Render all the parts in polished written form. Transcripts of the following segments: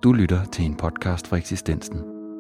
Du lytter til en podcast fra Eksistensen.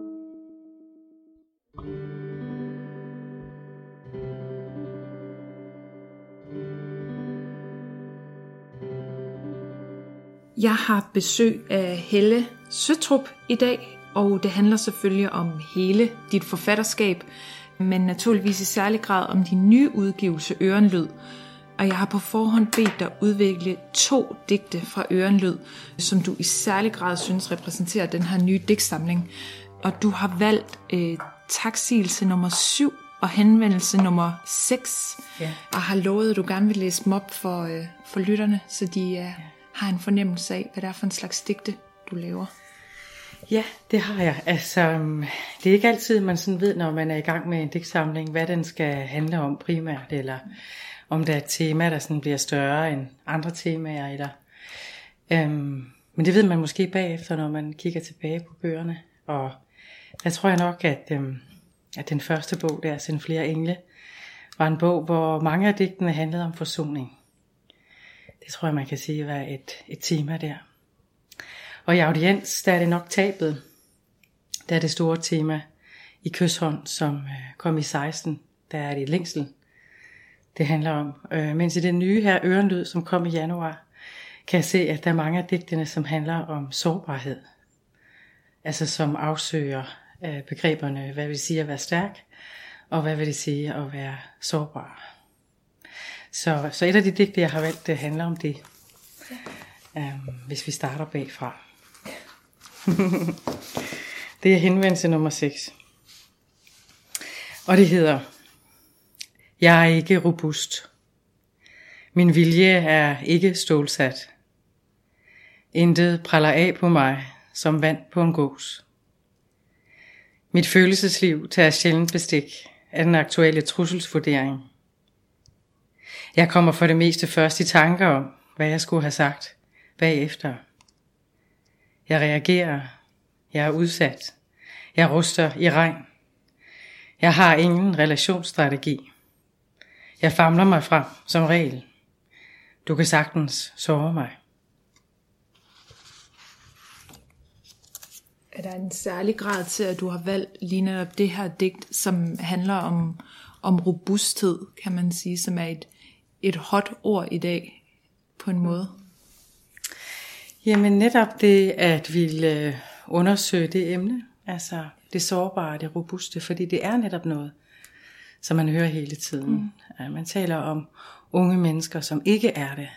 Jeg har besøg af Helle Søtrup i dag, og det handler selvfølgelig om hele dit forfatterskab, men naturligvis i særlig grad om din nye udgivelse Ørenlyd. Og jeg har på forhånd bedt dig udvikle 2 digte fra Ørenlyd, som du i særlig grad synes repræsenterer den her nye digtsamling. Og du har valgt taksigelse nummer 7 og henvendelse nummer 6, og har lovet, at du gerne vil læse dem op for lytterne, så de har en fornemmelse af, hvad det er for en slags digte, du laver. Ja, det har jeg. Altså, det er ikke altid, man sådan ved, når man er i gang med en digtsamling, hvad den skal handle om primært, eller om der er et tema, der sådan bliver større end andre temaer. Eller, men det ved man måske bagefter, når man kigger tilbage på bøgerne. Og der tror jeg nok, at den første bog, der Send flere engle, var en bog, hvor mange af digtene handlede om forsoning. Det tror jeg, man kan sige var et tema der. Og i audiens, der er det nok tabet. Der er det store tema i Kyshånd, som kom i 16. Der er det længsel, det handler om. Mens i det nye her, Ørenlyd, som kom i januar, kan jeg se, at der er mange af digtene, som handler om sårbarhed. Altså som afsøger begreberne, hvad vil det sige at være stærk, og hvad vil det sige at være sårbar. Så et af de digte, jeg har valgt, det handler om det. Hvis vi starter bagfra. Det er henvendelse nummer 6. Og det hedder: Jeg er ikke robust. Min vilje er ikke stålsat. Intet praller af på mig som vand på en gås. Mit følelsesliv tager sjældent bestik af den aktuelle trusselsvurdering. Jeg kommer for det meste først i tanker om, hvad jeg skulle have sagt bagefter. Jeg reagerer. Jeg er udsat. Jeg ruster i regn. Jeg har ingen relationsstrategi. Jeg famler mig frem som regel. Du kan sagtens sove mig. Er der en særlig grad til, at du har valgt lige netop det her digt, som handler om robusthed, kan man sige, som er et hot ord i dag på en måde? Jamen netop det at ville undersøge det emne, altså det sårbare, det robuste, fordi det er netop noget, som man hører hele tiden. Man taler om unge mennesker, som ikke er det.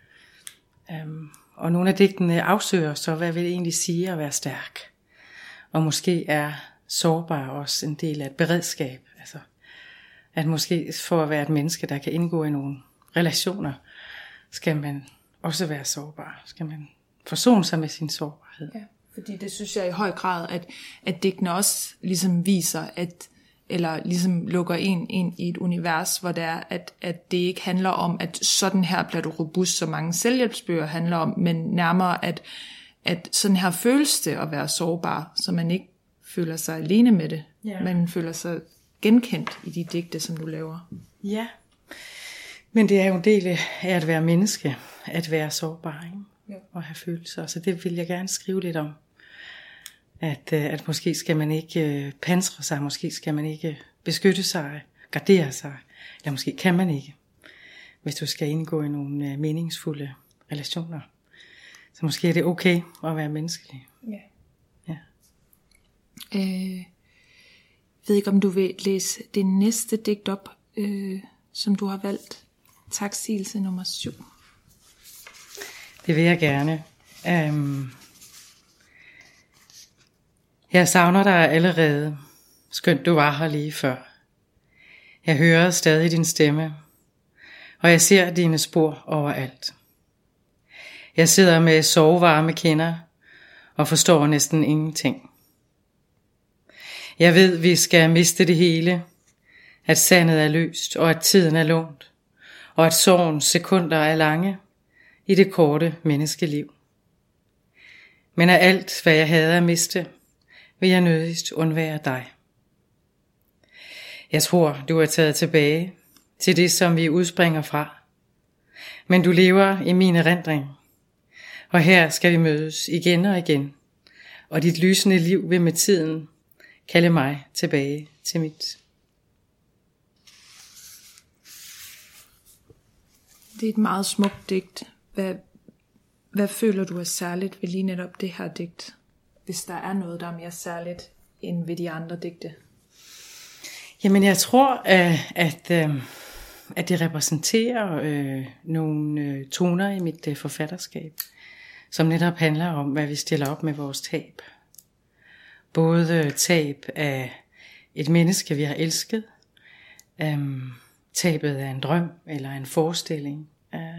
Og nogle af digtene afsøger så, hvad vil det egentlig sige at være stærk? Og måske er sårbar også en del af et beredskab. Altså, at måske for at være et menneske, der kan indgå i nogle relationer, skal man også være sårbar. Skal man forsone sig med sin sårbarhed. Ja, fordi det synes jeg i høj grad, at digtene også ligesom viser, eller ligesom lukker ind i et univers, hvor det er, at det ikke handler om, at sådan her bliver du robust, så mange selvhjælpsbøger handler om, men nærmere, at sådan her føles det at være sårbar, så man ikke føler sig alene med det, man føler sig genkendt i de digte, som du laver. Ja, men det er jo en del af at være menneske, at være sårbar, ikke? Og have følelser, så det vil jeg gerne skrive lidt om. At måske skal man ikke pansre sig, måske skal man ikke beskytte sig, gardere sig, eller måske kan man ikke, hvis du skal indgå i nogle meningsfulde relationer. Så måske er det okay at være menneskelig. Ja. Ved ikke, om du vil læse det næste digt op, som du har valgt. Taksigelse nummer 7. Det vil jeg gerne. Jeg savner dig allerede, skønt du var her lige før. Jeg hører stadig din stemme, og jeg ser dine spor overalt. Jeg sidder med sovevarme kinder og forstår næsten ingenting. Jeg ved, vi skal miste det hele, at sandet er løst, og at tiden er lånt, og at sorgens sekunder er lange i det korte menneskeliv. Men af alt, hvad jeg havde at miste, vil jeg nødigst undvære dig. Jeg tror, du er taget tilbage til det, som vi udspringer fra. Men du lever i min erindring, og her skal vi mødes igen og igen, Og dit lysende liv vil med tiden kalde mig tilbage til mit. Det er et meget smukt digt. Hvad føler du er særligt ved lige netop det her digt? Hvis der er noget, der er mere særligt end ved de andre digte. Jamen jeg tror, at det repræsenterer nogle toner i mit forfatterskab, som netop handler om, hvad vi stiller op med vores tab. Både tab af et menneske, vi har elsket, tabet af en drøm eller en forestilling.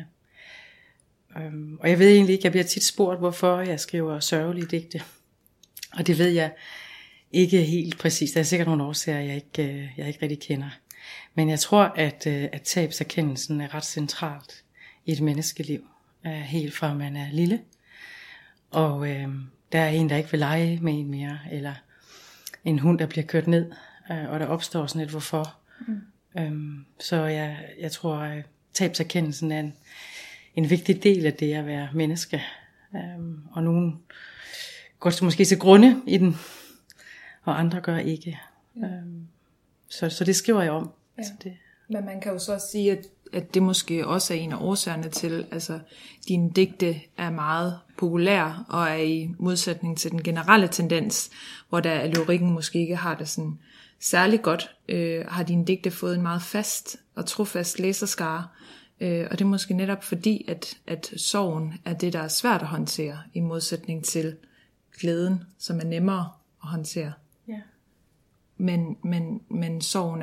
Og jeg ved egentlig ikke, jeg bliver tit spurgt, hvorfor jeg skriver sørgelige digte. Og det ved jeg ikke helt præcis. Der er sikkert nogle årsager, jeg ikke rigtig kender. Men jeg tror, at tabserkendelsen er ret centralt i et menneskeliv. Helt fra man er lille. Og der er en, der ikke vil lege med en mere. Eller en hund, der bliver kørt ned. Og der opstår sådan et hvorfor. Så jeg tror, at tabserkendelsen er en vigtig del af det at være menneske. Og nogen går måske til grunde i den, og andre gør ikke. Så det skriver jeg om. Ja. Altså det. Men man kan jo så også sige, at det måske også er en af årsagerne til, altså dine digte er meget populære, og er i modsætning til den generelle tendens, hvor der lyrikken måske ikke har det sådan særlig godt, har dine digte fået en meget fast og trofast læserskare. Og det er måske netop fordi, at sorgen er det, der er svært at håndtere, i modsætning til glæden, som er nemmere at håndtere. Ja. Men sorgen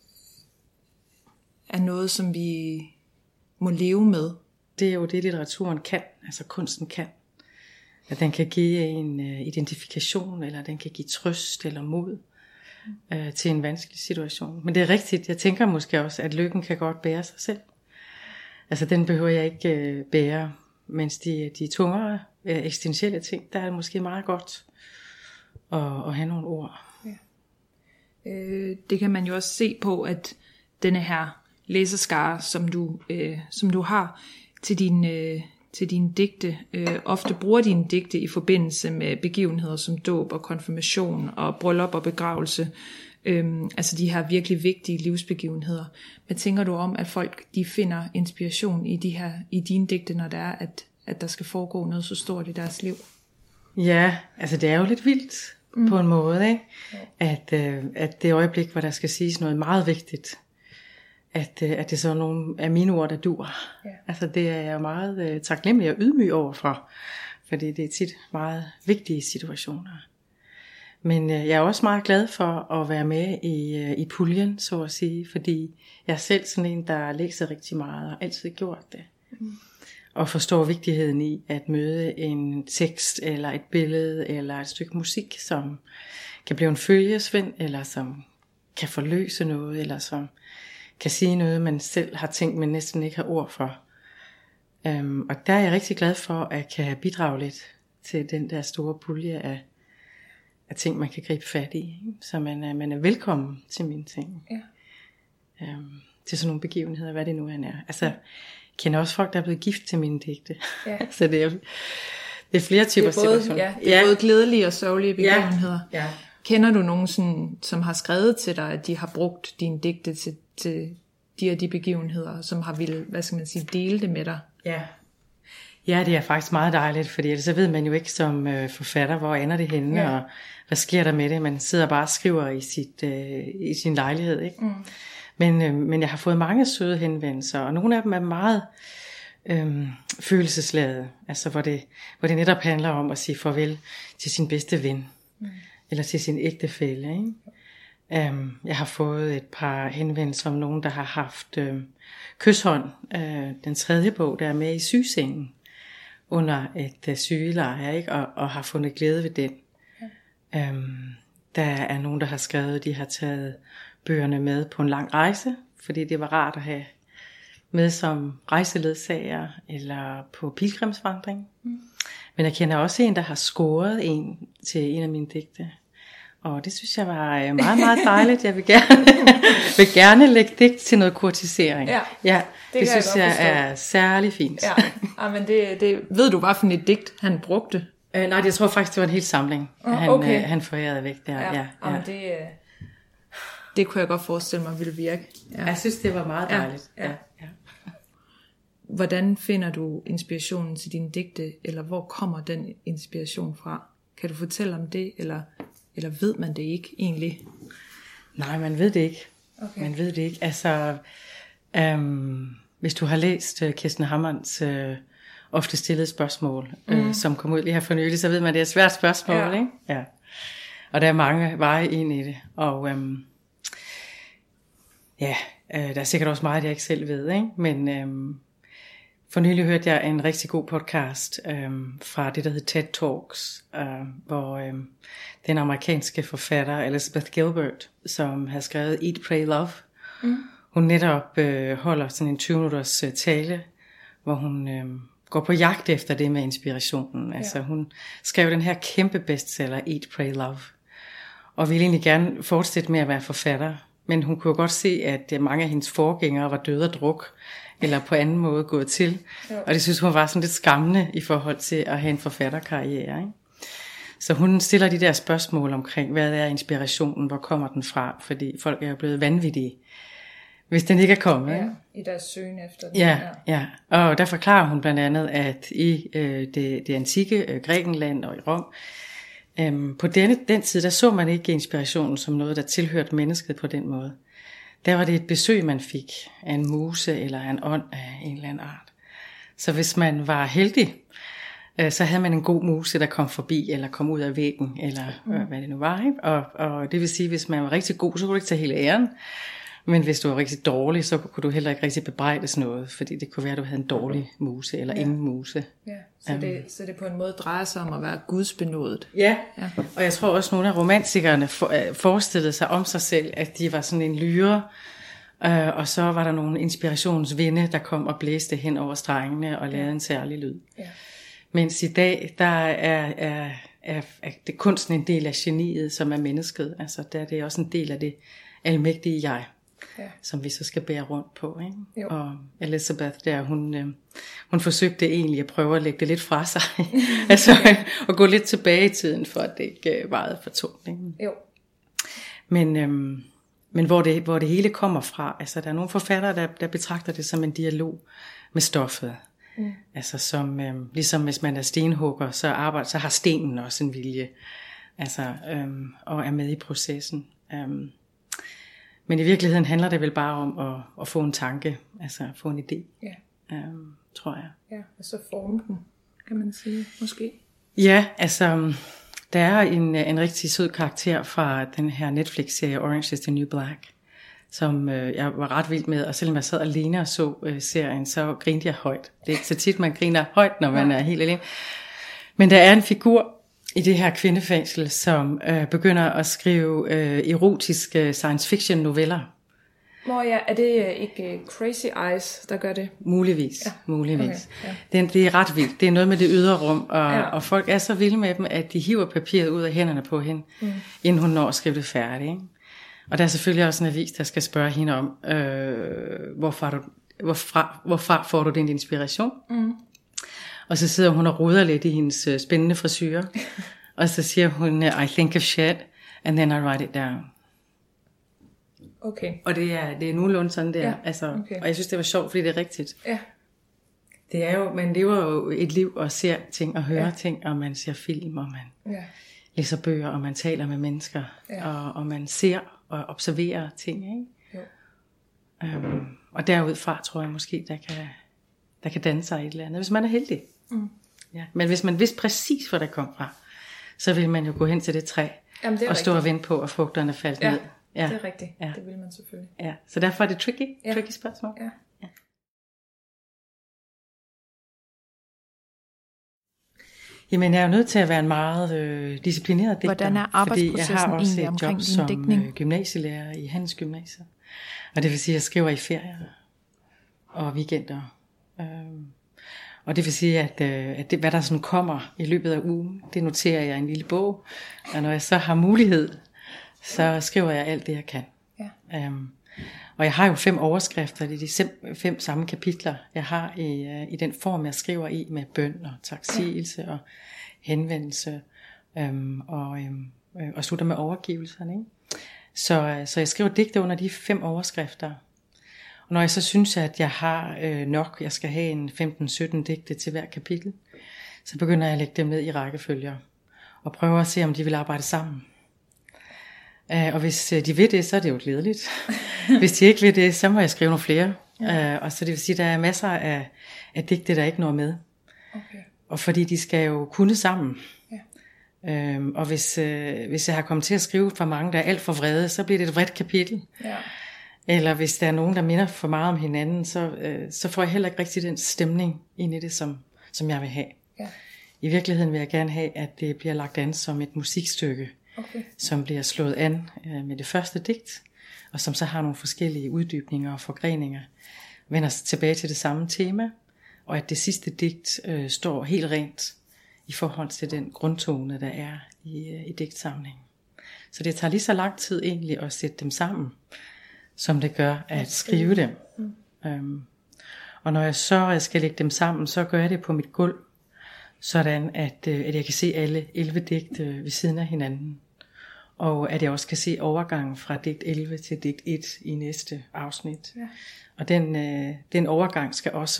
er noget, som vi må leve med. Det er jo det, litteraturen kan, altså kunsten kan. At den kan give en identifikation, eller den kan give trøst eller mod til en vanskelig situation. Men det er rigtigt, jeg tænker måske også, at lykken kan godt bære sig selv. Altså den behøver jeg ikke bære, mens de tungere eksistentielle ting, der er det måske meget godt at have nogle ord. Ja. Det kan man jo også se på, at denne her læserskare, som du har til dine digte, ofte bruger dine digte i forbindelse med begivenheder som dåb og konfirmation og bryllup og begravelse. Altså de her virkelig vigtige livsbegivenheder. Hvad tænker du om, at folk de finder inspiration i dine digte, når det er, at der skal foregå noget så stort i deres liv? Ja, altså det er jo lidt vildt på en måde, ikke? At det øjeblik, hvor der skal siges noget meget vigtigt, at det så er nogle af mine ord, der dur. Ja. Altså det er jeg meget taknemmelig og ydmyg overfor, fordi det er tit meget vigtige situationer. Men jeg er også meget glad for at være med i puljen, så at sige, fordi jeg er selv sådan en, der læser rigtig meget og altid gjort det. Og forstår vigtigheden i at møde en tekst eller et billede eller et stykke musik, som kan blive en følgesvend, eller som kan forløse noget, eller som kan sige noget, man selv har tænkt, men næsten ikke har ord for. Og der er jeg rigtig glad for, at jeg kan bidrage lidt til den der store pulje af ting, man kan gribe fat i. Ikke? Så man er velkommen til mine ting. Ja. Til sådan nogle begivenheder, hvad det nu er. Altså, jeg kender også folk, der er blevet gift til mine digte. Ja. Så det er flere typer situationer. Ja, det er både glædelige og sørgelige begivenheder. Ja. Ja. Kender du nogen, som har skrevet til dig, at de har brugt dine digte til de begivenheder, som har ville, hvad skal man sige, dele det med dig? Ja. Ja, det er faktisk meget dejligt, fordi ellers så ved man jo ikke som forfatter, hvor ender det henne, og hvad sker der med det. Man sidder bare og skriver i sin lejlighed, ikke? Men jeg har fået mange søde henvendelser, og nogle af dem er meget følelsesladede, altså hvor det netop handler om at sige farvel til sin bedste ven, eller til sin ægtefælle, ikke? Jeg har fået et par henvendelser om nogen, der har haft Kyshånd, den tredje bog, der er med i sygesengen under et sygeleje, ikke? Og har fundet glæde ved den. Der er nogen, der har skrevet, de har taget bøgerne med på en lang rejse, fordi det var rart at have med som rejseledsager eller på pilgrimsvandring. Men jeg kender også en, der har scoret en til en af mine digte. Og det synes jeg var meget, meget dejligt. Jeg vil gerne lægge digt til noget kurtisering. Ja, det synes jeg er særlig fint. Ja, men det ved du, hvad for et digt han brugte Nej, jeg tror faktisk, det var en hel samling, han forærede væk der. Ja. Jamen, det kunne jeg godt forestille mig ville virke. Ja. Jeg synes, det var meget dejligt. Ja. Hvordan finder du inspirationen til dine digte, eller hvor kommer den inspiration fra? Kan du fortælle om det, eller ved man det ikke egentlig? Nej, man ved det ikke. Okay. Man ved det ikke. Altså, hvis du har læst Kirsten Hammanns ofte stillede spørgsmål, som kom ud lige her for nylig, så ved man, at det er et svært spørgsmål, ikke? Ja. Og der er mange veje ind i det. Og der er sikkert også meget, jeg ikke selv ved, ikke? Men for nylig hørte jeg en rigtig god podcast fra det, der hedder TED Talks, hvor den amerikanske forfatter Elizabeth Gilbert, som har skrevet Eat, Pray, Love, hun netop holder sådan en 20-minutters tale, hvor hun går på jagt efter det med inspirationen. Altså hun skrev den her kæmpe bestseller, Eat, Pray, Love, og ville egentlig gerne fortsætte med at være forfatter. Men hun kunne godt se, at mange af hendes forgængere var døde af druk, eller på anden måde gået til. Jo. Og det synes hun var sådan lidt skræmmende i forhold til at have en forfatterkarriere. Ikke? Så hun stiller de der spørgsmål omkring, hvad er inspirationen, hvor kommer den fra? Fordi folk er jo blevet vanvittige, hvis den ikke er kommet. Ja, i deres søgen efter den. Ja. Og der forklarer hun blandt andet, at i det antikke Grækenland og i Rom, på den tid, der så man ikke inspirationen som noget, der tilhørte mennesket på den måde. Der var det et besøg, man fik af en muse eller en ånd af en eller anden art. Så hvis man var heldig, så havde man en god muse, der kom forbi, eller kom ud af væggen, eller hvad det nu var. Ikke? Og det vil sige, hvis man var rigtig god, så kunne du ikke tage hele æren. Men hvis du var rigtig dårlig, så kunne du heller ikke rigtig bebrejdes noget, fordi det kunne være, at du havde en dårlig muse, eller ingen muse. Ja, så det på en måde drejer sig om at være gudsbenådet. Ja, og jeg tror også, nogle af romantikerne forestillede sig om sig selv, at de var sådan en lyre, og så var der nogle inspirationsvinde, der kom og blæste hen over strengene og lavede en særlig lyd. Ja. Mens i dag, der er det kunsten en del af geniet, som er mennesket. Altså der er det også en del af det almægtige jeg, som vi så skal bære rundt på. Ikke? Og Elizabeth der, hun forsøgte egentlig at prøve at lægge det lidt fra sig. Altså at gå lidt tilbage i tiden, for at det ikke varede for tungt. Ikke? Jo. Men hvor det hele kommer fra, altså der er nogle forfattere, der betragter det som en dialog med stoffet. Altså som, ligesom hvis man er stenhugger, så har stenen også en vilje, altså, og er med i processen. Men i virkeligheden handler det vel bare om at få en tanke, altså få en idé, tror jeg. Ja, og så forme den, kan man sige, måske. Ja, altså der er en rigtig sød karakter fra den her Netflix-serie Orange is the New Black, som jeg var ret vild med, og selvom jeg sad alene og så serien, så grinte jeg højt. Det er ikke så tit, man griner højt, når man er helt alene. Men der er en figur i det her kvindefængsel, som begynder at skrive erotiske science fiction noveller. Er det ikke Crazy Eyes, der gør det? Muligvis. Okay. Ja. Det er ret vildt. Det er noget med det ydre rum, og folk er så vilde med dem, at de hiver papiret ud af hænderne på hende, inden hun når at skrive det færdigt. Ikke? Og der er selvfølgelig også en avis, der skal spørge hende om, hvorfra får du din inspiration? Og så sidder hun og roder lidt i hendes spændende frisyrer. Og så siger hun, I think of shit, and then I write it down. Okay. Og det er nogenlunde sådan der. Og jeg synes, det var sjovt, fordi det er rigtigt. Ja. Det er jo, man lever jo et liv og ser ting og hører ting, og man ser film, og man læser bøger, og man taler med mennesker, og man ser og observerer ting. Ikke? Jo. Og derudfra tror jeg måske, der kan danne sig et eller andet, hvis man er heldig. Ja. Men hvis man vidste præcis, hvor der kom fra, så ville man jo gå hen til det træ, og stå og vente på, at frugterne faldt ned. Ja, det er rigtigt. Ja. Det vil man selvfølgelig. Ja. Så derfor er det tricky spørgsmål. Ja. Jamen, jeg er jo nødt til at være en meget disciplineret digter. Hvordan er arbejdsprocessen egentlig omkring din digtning? Jeg har også et job som gymnasielærer i Handelsgymnasiet. Og det vil sige, at jeg skriver i ferier og weekender. Og det vil sige, at det, hvad der sådan kommer i løbet af ugen, det noterer jeg i en lille bog. Og når jeg så har mulighed, så skriver jeg alt det, jeg kan. Ja. Og jeg har jo 5 overskrifter, det er de 5 samme kapitler, jeg har i den form, jeg skriver i, med bøn og taksigelse og henvendelse, og slutter med overgivelserne. Ikke? Så jeg skriver digte under de 5 overskrifter. Og når jeg så synes, at jeg har nok, jeg skal have en 15-17 digte til hver kapitel, så begynder jeg at lægge dem ned i rækkefølger, og prøver at se, om de vil arbejde sammen. Og hvis de vil det, så er det jo glædeligt. Hvis de ikke vil det, så må jeg skrive nogle flere. Og så det vil sige, at der er masser af digte, der ikke når med. Okay. Og fordi de skal jo kunne sammen. Ja. Og hvis jeg har kommet til at skrive for mange, der er alt for vrede, så bliver det et vredt kapitel. Ja. Eller hvis der er nogen, der minder for meget om hinanden, så får jeg heller ikke rigtig den stemning ind i det, som jeg vil have. Ja. I virkeligheden vil jeg gerne have, at det bliver lagt an som et musikstykke, som bliver slået an med det første digt, og som så har nogle forskellige uddybninger og forgreninger, vender tilbage til det samme tema, og at det sidste digt står helt rent i forhold til den grundtone, der er i digtsamlingen. Så det tager lige så lang tid egentlig at sætte dem sammen, som det gør at skrive dem. Og når jeg så skal lægge dem sammen, så gør jeg det på mit gulv, sådan at jeg kan se alle 11 digte ved siden af hinanden. Og at jeg også kan se overgangen fra digt 11 til digt 1 i næste afsnit. Ja. Og den overgang skal også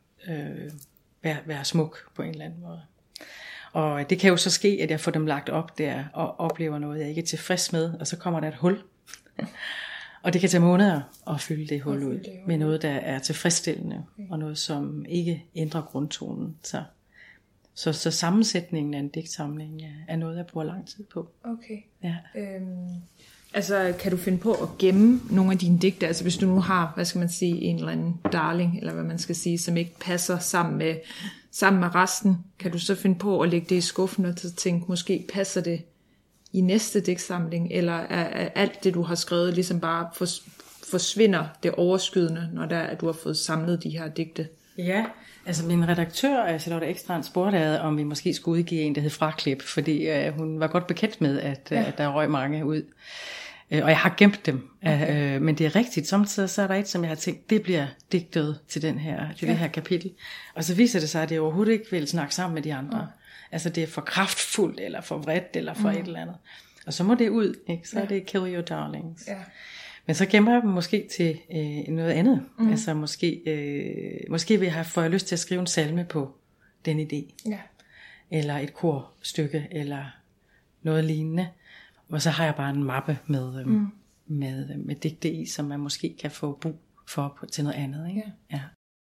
være smuk på en eller anden måde. Og det kan jo så ske, at jeg får dem lagt op der og oplever noget, jeg ikke er tilfreds med, og så kommer der et hul. Og det kan tage måneder at fylde det hul ud med noget, der er tilfredsstillende, og noget, som ikke ændrer grundtonen. Så sammensætningen af en digtsamling er noget, jeg bruger lang tid på. Okay. Ja. Altså, kan du finde på at gemme nogle af dine digte? Altså, hvis du nu har, hvad skal man sige, en eller anden darling, eller hvad man skal sige, som ikke passer sammen med resten, kan du så finde på at lægge det i skuffen og tænke, måske passer det i næste digtsamling, eller er alt det, du har skrevet, ligesom bare forsvinder det overskydende, når du har fået samlet de her digte? Ja, altså min redaktør, Charlotte Ekstrand, spurgte, om vi måske skulle udgive en, der hed Fraklip, fordi hun var godt bekendt med, at der røg mange ud. Og jeg har gemt dem, men det er rigtigt. Samtidig så er der et, som jeg har tænkt, det bliver digtet til det her kapitel. Og så viser det sig, at det overhovedet ikke vil snakke sammen med de andre. Altså det er for kraftfuldt, eller for vredt, eller for et eller andet. Og så må det ud, ikke? Så er det Kill Your Darlings. Ja. Men så gemmer jeg dem måske til noget andet. Altså måske får jeg lyst til at skrive en salme på den idé. Ja. Eller et korstykke, eller noget lignende. Og så har jeg bare en mappe med digte i, som man måske kan få brug for til noget andet. Ikke? Ja.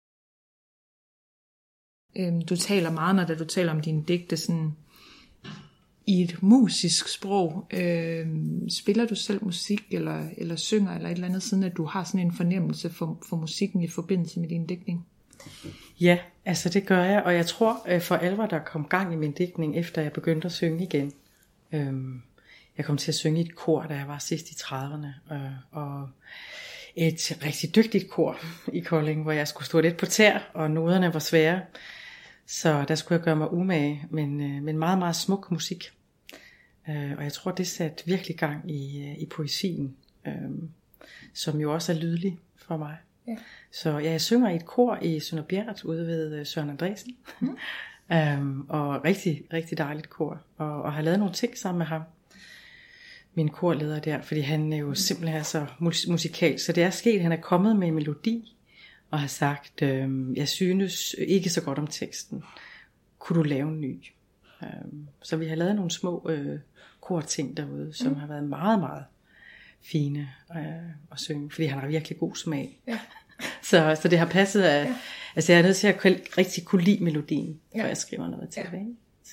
Du taler meget, når du taler om dine digte, sådan i et musisk sprog. Spiller du selv musik, eller synger, eller et eller andet, siden at du har sådan en fornemmelse for musikken i forbindelse med din digtning? Ja, altså det gør jeg, og jeg tror for alvor, der kom gang i min digtning, efter jeg begyndte at synge igen. Jeg kom til at synge i et kor, da jeg var sidst i 30'erne, og et rigtig dygtigt kor i Kolding, hvor jeg skulle stå lidt på tær, og noderne var svære. Så der skulle jeg gøre mig umage, men meget, meget smuk musik. Og jeg tror, det satte virkelig gang i poesien, som jo også er lydlig for mig. Ja. Så jeg synger i et kor i Sønder Bjert ude ved Søren Andresen. Og rigtig, rigtig dejligt kor. Og har lavet nogle ting sammen med ham, min korleder der, fordi han er jo simpelthen så musikal. Så det er sket, han er kommet med en melodi, og har sagt, jeg synes ikke så godt om teksten. Kunne du lave en ny? Så vi har lavet nogle små korting derude, som har været meget, meget fine at synge, fordi han har virkelig god smag. Ja. Så det har passet af, altså jeg er nødt til at rigtig kunne lide melodien, før jeg skriver noget til det.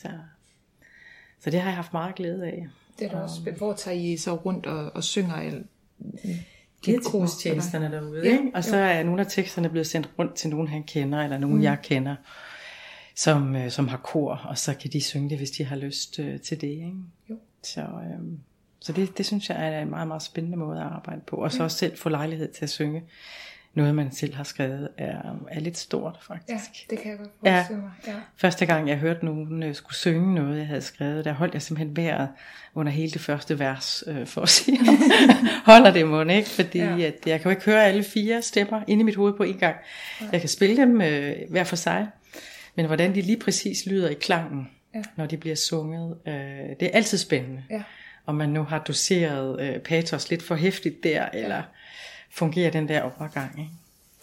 Så det har jeg haft meget glæde af. Det er da også, hvor tager I så rundt og synger? Kirkegudstjenesterne derude, ikke? Og så er nogle af teksterne blevet sendt rundt til nogen han kender, eller nogen jeg kender, som har kor, og så kan de synge det, hvis de har lyst til det, ikke? Jo. Så det synes jeg er en meget, meget spændende måde at arbejde på, og så også selv få lejlighed til at synge noget, man selv har skrevet, er lidt stort, faktisk. Ja, det kan jeg godt forestille mig. Ja. Første gang, jeg hørte nogen skulle synge noget, jeg havde skrevet, der holdt jeg simpelthen vejret under hele det første vers, for at sige, holder det i munden, ikke? Fordi at jeg kan jo ikke høre alle 4 stemmer inde i mit hoved på en gang. Jeg kan spille dem hver for sig, men hvordan de lige præcis lyder i klangen, når de bliver sunget. Det er altid spændende. Ja. Om man nu har doseret patos lidt for hæftigt der, eller fungerer den der overgang. Ikke?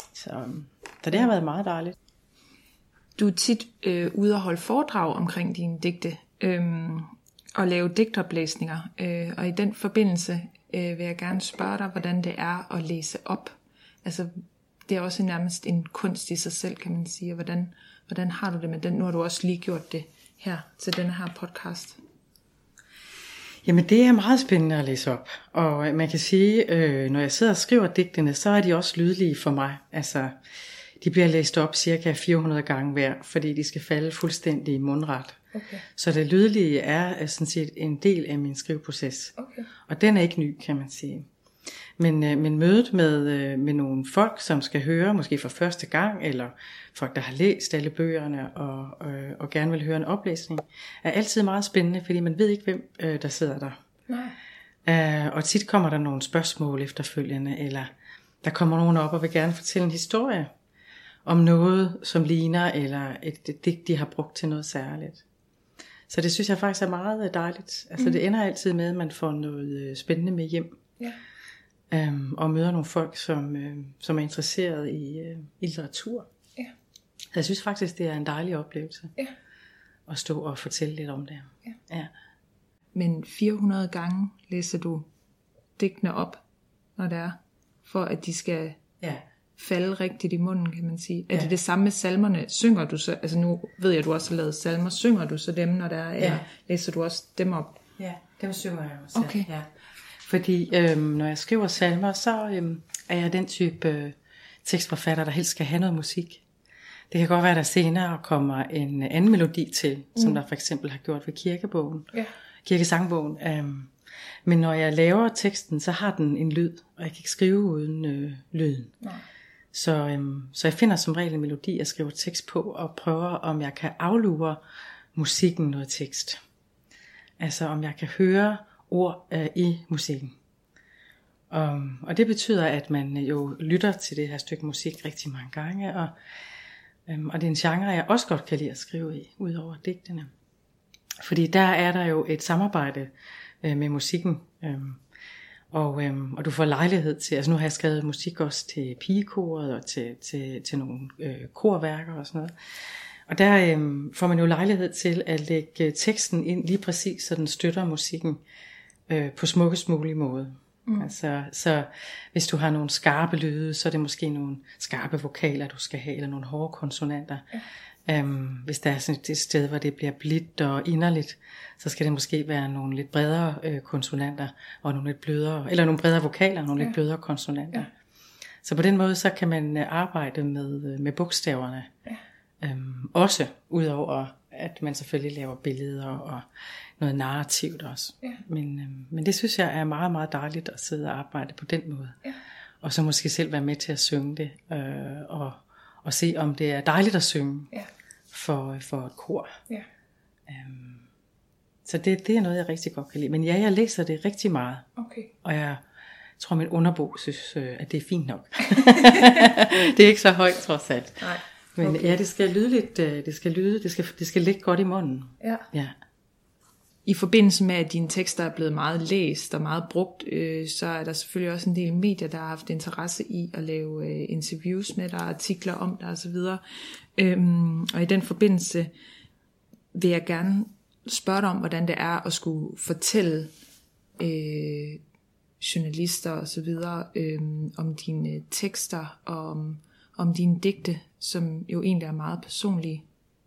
Så det har været meget dejligt. Du er tit ude og holde foredrag omkring dine digte, og lave digtoplæsninger. Og i den forbindelse vil jeg gerne spørge dig, hvordan det er at læse op. Altså, det er også nærmest en kunst i sig selv, kan man sige. Hvordan har du det med den? Nu har du også lige gjort det her til denne her podcast. Jamen det er meget spændende at læse op, og man kan sige, når jeg sidder og skriver digtene, så er de også lydlige for mig. Altså, de bliver læst op cirka 400 gange hver, fordi de skal falde fuldstændig i mundret. Okay. Så det lydlige er sådan set en del af min skriveproces, og den er ikke ny, kan man sige. Men mødet med nogle folk, som skal høre, måske for første gang, eller folk, der har læst alle bøgerne, og gerne vil høre en oplæsning, er altid meget spændende, fordi man ved ikke, hvem der sidder der. Nej. Og tit kommer der nogle spørgsmål efterfølgende, eller der kommer nogen op og vil gerne fortælle en historie om noget, som ligner, eller et digt, de har brugt til noget særligt. Så det synes jeg faktisk er meget dejligt. Altså det ender altid med, at man får noget spændende med hjem. Ja. Og møder nogle folk, som er interesseret i litteratur. Ja. Så jeg synes faktisk, det er en dejlig oplevelse. Ja. At stå og fortælle lidt om det. Ja. Ja. Men 400 gange læser du digtene op, når det er, for at de skal falde rigtigt i munden, kan man sige. Er det samme med salmerne? Synger du så, altså nu ved jeg, at du også har lavet salmer, synger du så dem, når der er, eller læser du også dem op? Ja, dem synger jeg også. Okay. Ja. Fordi når jeg skriver salmer, så er jeg den type tekstforfatter, der helst skal have noget musik. Det kan godt være, at der senere kommer en anden melodi til, som der for eksempel har gjort ved kirkesangbogen. Men når jeg laver teksten, så har den en lyd, og jeg kan ikke skrive uden lyden. Nej. Så jeg finder som regel en melodi, jeg skriver tekst på, og prøver, om jeg kan aflure musikken noget tekst. Altså om jeg kan høre ord i musikken. Og det betyder, at man jo lytter til det her stykke musik rigtig mange gange, og det er en genre, jeg også godt kan lide at skrive i, ud over digtene. Fordi der er der jo et samarbejde med musikken, og du får lejlighed til, altså nu har jeg skrevet musik også til pigekoret, og til nogle korværker og sådan noget. Og der får man jo lejlighed til at lægge teksten ind lige præcis, så den støtter musikken på smukkest mulig måde. Altså, så hvis du har nogle skarpe lyde, så er det måske nogle skarpe vokaler, du skal have, eller nogle hårde konsonanter. Hvis der er sådan et sted, hvor det bliver blidt og inderligt, så skal det måske være nogle lidt bredere konsonanter, og nogle lidt blødere, eller nogle bredere vokaler, og nogle lidt blødere konsonanter. Så på den måde, så kan man arbejde med bogstaverne. Også udover at man selvfølgelig laver billeder og noget narrativt også. Men det synes jeg er meget, meget dejligt at sidde og arbejde på den måde. Og så måske selv være med til at synge det, og se om det er dejligt at synge for et kor. Så det er noget, jeg rigtig godt kan lide. Men jeg læser det rigtig meget. Okay. Og jeg tror, min underbo synes, at det er fint nok. Det er ikke så højt trods alt. Nej. Men det skal lyde lidt, det skal ligge godt i munden. Ja. I forbindelse med, at dine tekster er blevet meget læst og meget brugt, så er der selvfølgelig også en del medier, der har haft interesse i at lave interviews med dig, artikler om dig osv. Og i den forbindelse vil jeg gerne spørge dig om, hvordan det er at skulle fortælle journalister osv. Om dine tekster og om dine digte, som jo egentlig er meget personlige.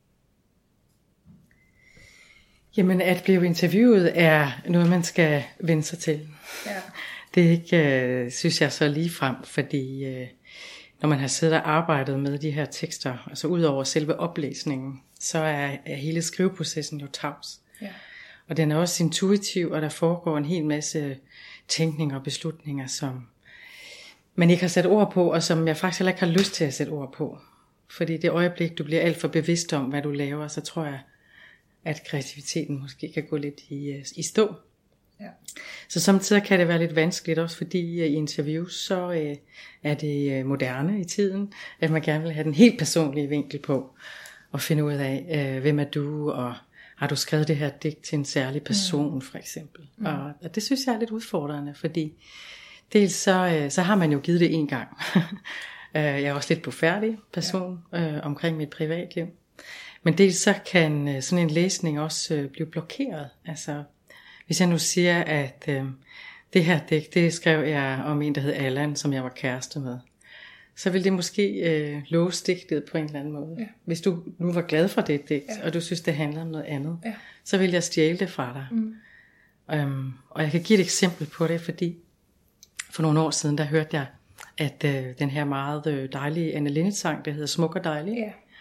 Jamen, at blive interviewet er noget, man skal vende sig til. Ja. Det er ikke, synes jeg, så ligefrem, fordi når man har siddet og arbejdet med de her tekster, altså ud over selve oplæsningen, så er hele skriveprocessen jo tavs. Ja. Og den er også intuitiv, og der foregår en hel masse tænkninger og beslutninger, som man ikke har sat ord på, og som jeg faktisk heller ikke har lyst til at sætte ord på. Fordi det øjeblik, du bliver alt for bevidst om, hvad du laver, så tror jeg, at kreativiteten måske kan gå lidt i stå. Ja. Så samtidig kan det være lidt vanskeligt, også fordi i interviews, så er det moderne i tiden, at man gerne vil have den helt personlige vinkel på, og finde ud af, hvem er du, og har du skrevet det her digt til en særlig person, for eksempel. Og det synes jeg er lidt udfordrende, fordi dels så har man jo givet det en gang. Jeg er også lidt blufærdig person omkring mit privatliv. Men dels så kan sådan en læsning også blive blokeret. Altså, hvis jeg nu siger, at det her digt, det skrev jeg om en, der hed Allan, som jeg var kæreste med, så vil det måske låse digtet på en eller anden måde. Ja. Hvis du nu var glad for det digt, og du synes, det handler om noget andet, så vil jeg stjæle det fra dig. Og jeg kan give et eksempel på det, fordi for nogle år siden, der hørte jeg, at den her meget dejlige Anne Linnet-sang, der hedder Smuk og Dejlig,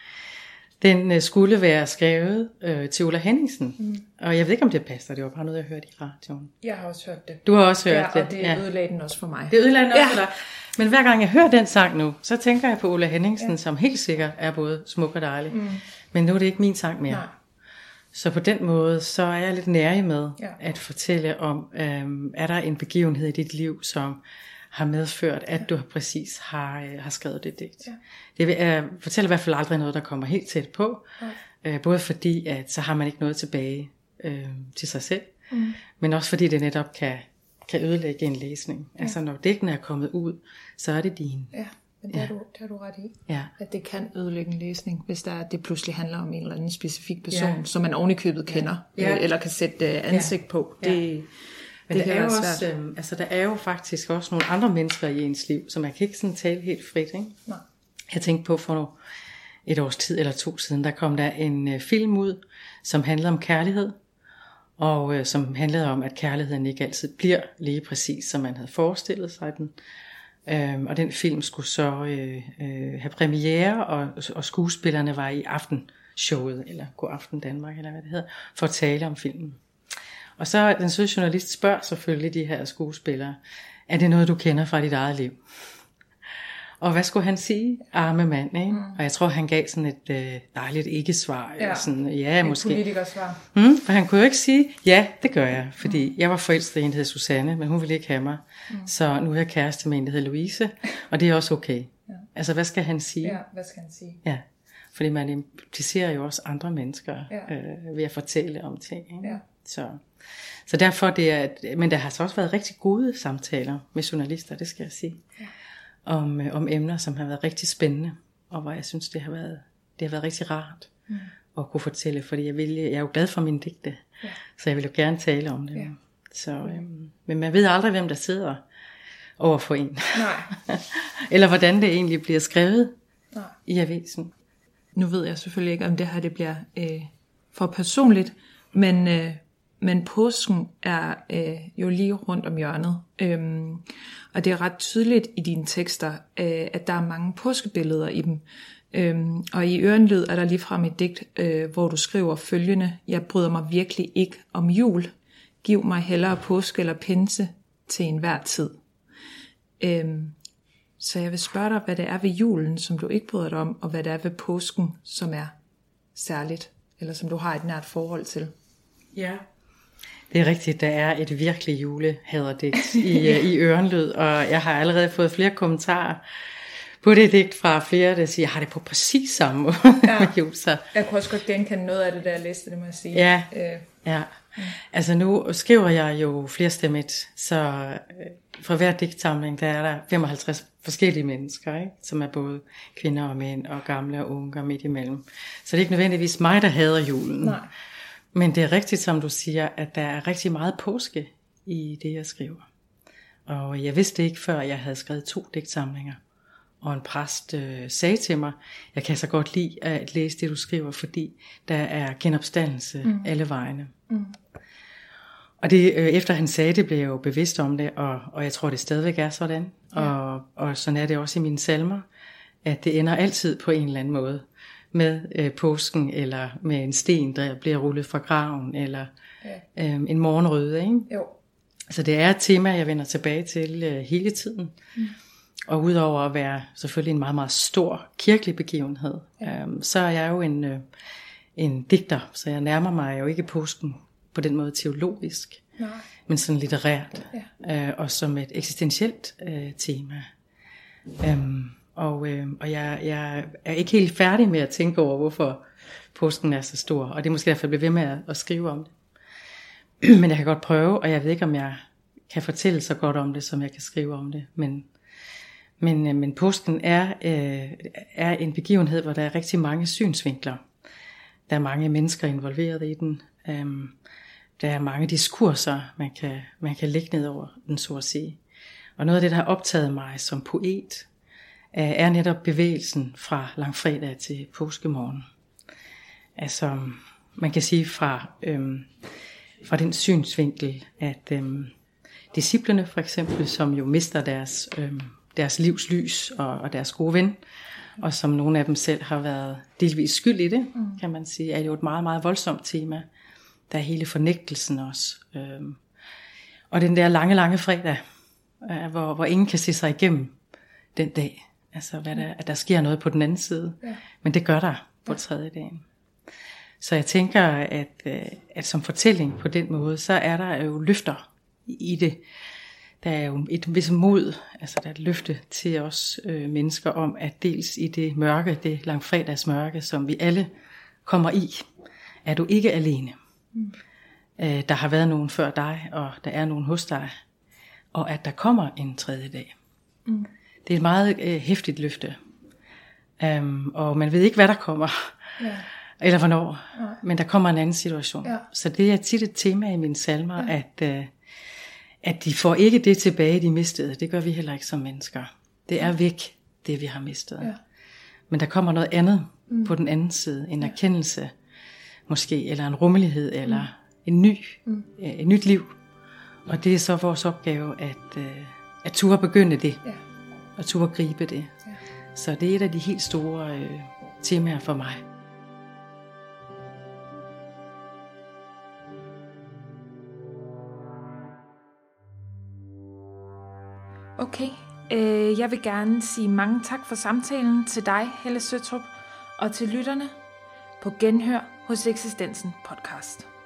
den skulle være skrevet til Ulla Henningsen. Og jeg ved ikke, om det passer. Det var bare noget, jeg hørte i radioen. Jeg har også hørt det. Du har også hørt det. Og det ødelagde den også for mig. Det ødelagde den også for dig. Men hver gang jeg hører den sang nu, så tænker jeg på Ulla Henningsen, som helt sikkert er både smuk og dejlig. Men nu er det ikke min sang mere. Nej. Så på den måde, så er jeg lidt nærig med at fortælle om, er der en begivenhed i dit liv, som har medført, at du præcis har skrevet det digt. Ja. Det fortæller i hvert fald aldrig noget, der kommer helt tæt på. Både fordi, at så har man ikke noget tilbage til sig selv, men også fordi det netop kan ødelægge en læsning. Ja. Altså når digtene er kommet ud, så er det din. Ja, men det har du ret i. Ja. At det kan ødelægge en læsning, hvis det pludselig handler om en eller anden specifik person, som man ovenikøbet kender, eller kan sætte ansigt på. Men det er jo også, altså der er jo faktisk også nogle andre mennesker i ens liv, så man kan ikke sådan tale helt frit, ikke? Nej. Jeg tænkte på for et års tid eller 2 siden, der kom der en film ud, som handlede om kærlighed, og som handlede om, at kærligheden ikke altid bliver lige præcis, som man havde forestillet sig den. Og den film skulle så have premiere, og skuespillerne var i aftenshowet, eller God Aften Danmark, eller hvad det hedder, for at tale om filmen. Og så den søde journalist spørger selvfølgelig de her skuespillere, er det noget, du kender fra dit eget liv? Og hvad skulle han sige? Arme mand, ikke? Og jeg tror, han gav sådan et dejligt ikke-svar. Eller sådan, måske. Politikersvar. For han kunne jo ikke sige, ja, det gør jeg. Fordi jeg var forelsket i en, der hed Susanne, men hun ville ikke have mig. Så nu er jeg kæreste med en, der hedder Louise, og det er også okay. Ja. Altså, hvad skal han sige? Ja, hvad skal han sige? Ja, fordi man implicerer jo også andre mennesker ved at fortælle om ting. Ikke? Ja. Så derfor men der har så også været rigtig gode samtaler med journalister, det skal jeg sige, om emner, som har været rigtig spændende, og hvor jeg synes, det har været rigtig rart at kunne fortælle, fordi jeg er jo glad for mine digte, så jeg vil jo gerne tale om det. Ja. Så, men man ved aldrig, hvem der sidder over for en. Nej. Eller hvordan det egentlig bliver skrevet i avisen. Nu ved jeg selvfølgelig ikke, om det her det bliver for personligt, men påsken er jo lige rundt om hjørnet. Og det er ret tydeligt i dine tekster, at der er mange påskebilleder i dem. Og i Ørenlyd er der ligefrem et digt, hvor du skriver følgende: Jeg bryder mig virkelig ikke om jul. Giv mig hellere påske eller pinse til enhver tid. Så jeg vil spørge dig, hvad det er ved julen, som du ikke bryder dig om, og hvad det er ved påsken, som er særligt, eller som du har et nært forhold til. Ja, det er rigtigt. Der er et virkelig julehaderdigt i Ørenlyd, og jeg har allerede fået flere kommentarer på det digt fra flere, der siger, jeg har det på præcis samme måde med jul. Så. Jeg kunne også godt genkende noget af det, da jeg læste det, må jeg sige. Ja. Altså nu skriver jeg jo flerstemmigt, så fra hver digtsamling, der er der 55 forskellige mennesker, ikke? Som er både kvinder og mænd, og gamle og unge og midt imellem. Så det er ikke nødvendigvis mig, der hader julen. Nej. Men det er rigtigt, som du siger, at der er rigtig meget påske i det, jeg skriver. Og jeg vidste ikke, før jeg havde skrevet 2 digtsamlinger. Og en præst sagde til mig, jeg kan så godt lide at læse det, du skriver, fordi der er genopstandelse alle vejene. Og det, efter han sagde det, blev jeg jo bevidst om det, og jeg tror, det stadigvæk er sådan. Og sådan er det også i mine salmer, at det ender altid på en eller anden måde med påsken, eller med en sten, der bliver rullet fra graven, eller en morgenrøde, ikke? Jo. Så det er et tema, jeg vender tilbage til hele tiden. Og udover at være selvfølgelig en meget, meget stor kirkelig begivenhed, så er jeg jo en digter, så jeg nærmer mig jo ikke påsken på den måde teologisk, men sådan litterært, og som et eksistentielt tema. Og jeg er ikke helt færdig med at tænke over, hvorfor påsken er så stor, og det er måske derfor, jeg bliver ved med at skrive om det. Men jeg kan godt prøve, og jeg ved ikke, om jeg kan fortælle så godt om det, som jeg kan skrive om det. Men påsken er en begivenhed, hvor der er rigtig mange synsvinkler. Der er mange mennesker involveret i den. Der er mange diskurser, man kan lægge ned over den, så at sige. Og noget af det, der har optaget mig som poet, er netop bevægelsen fra langfredag til påskemorgen. Altså, man kan sige fra den synsvinkel, at disciplene for eksempel, som jo mister deres livs lys og deres gode ven, og som nogle af dem selv har været delvis skyld i det, kan man sige, er jo et meget, meget voldsomt tema. Der er hele fornægtelsen også. Og den der lange, lange fredag, hvor ingen kan se sig igennem den dag. Altså, at der sker noget på den anden side. Ja. Men det gør der på tredje dagen. Så jeg tænker, at som fortælling på den måde, så er der jo løfter i det. Der er jo et vis mod, altså der er et løfte til os mennesker om, at dels i det mørke, det langfredagsmørke, som vi alle kommer i, er du ikke alene. Der har været nogen før dig, og der er nogen hos dig, og at der kommer en tredje dag. Det er et meget hæftigt løfte, og man ved ikke, hvad der kommer, eller hvornår, men der kommer en anden situation. Så det er tit et tema i mine salmer, at de får ikke det tilbage, de mistede. Det gør vi heller ikke som mennesker. Det er væk, det vi har mistet. Men der kommer noget andet på den anden side, en erkendelse måske, eller en rummelighed, eller et nyt liv. Og det er så vores opgave, at turde begynde det, og turde gribe det. Så det er et af de helt store temaer for mig. Okay, jeg vil gerne sige mange tak for samtalen til dig, Helle Søtrup, og til lytterne på Genhør hos Eksistensen podcast.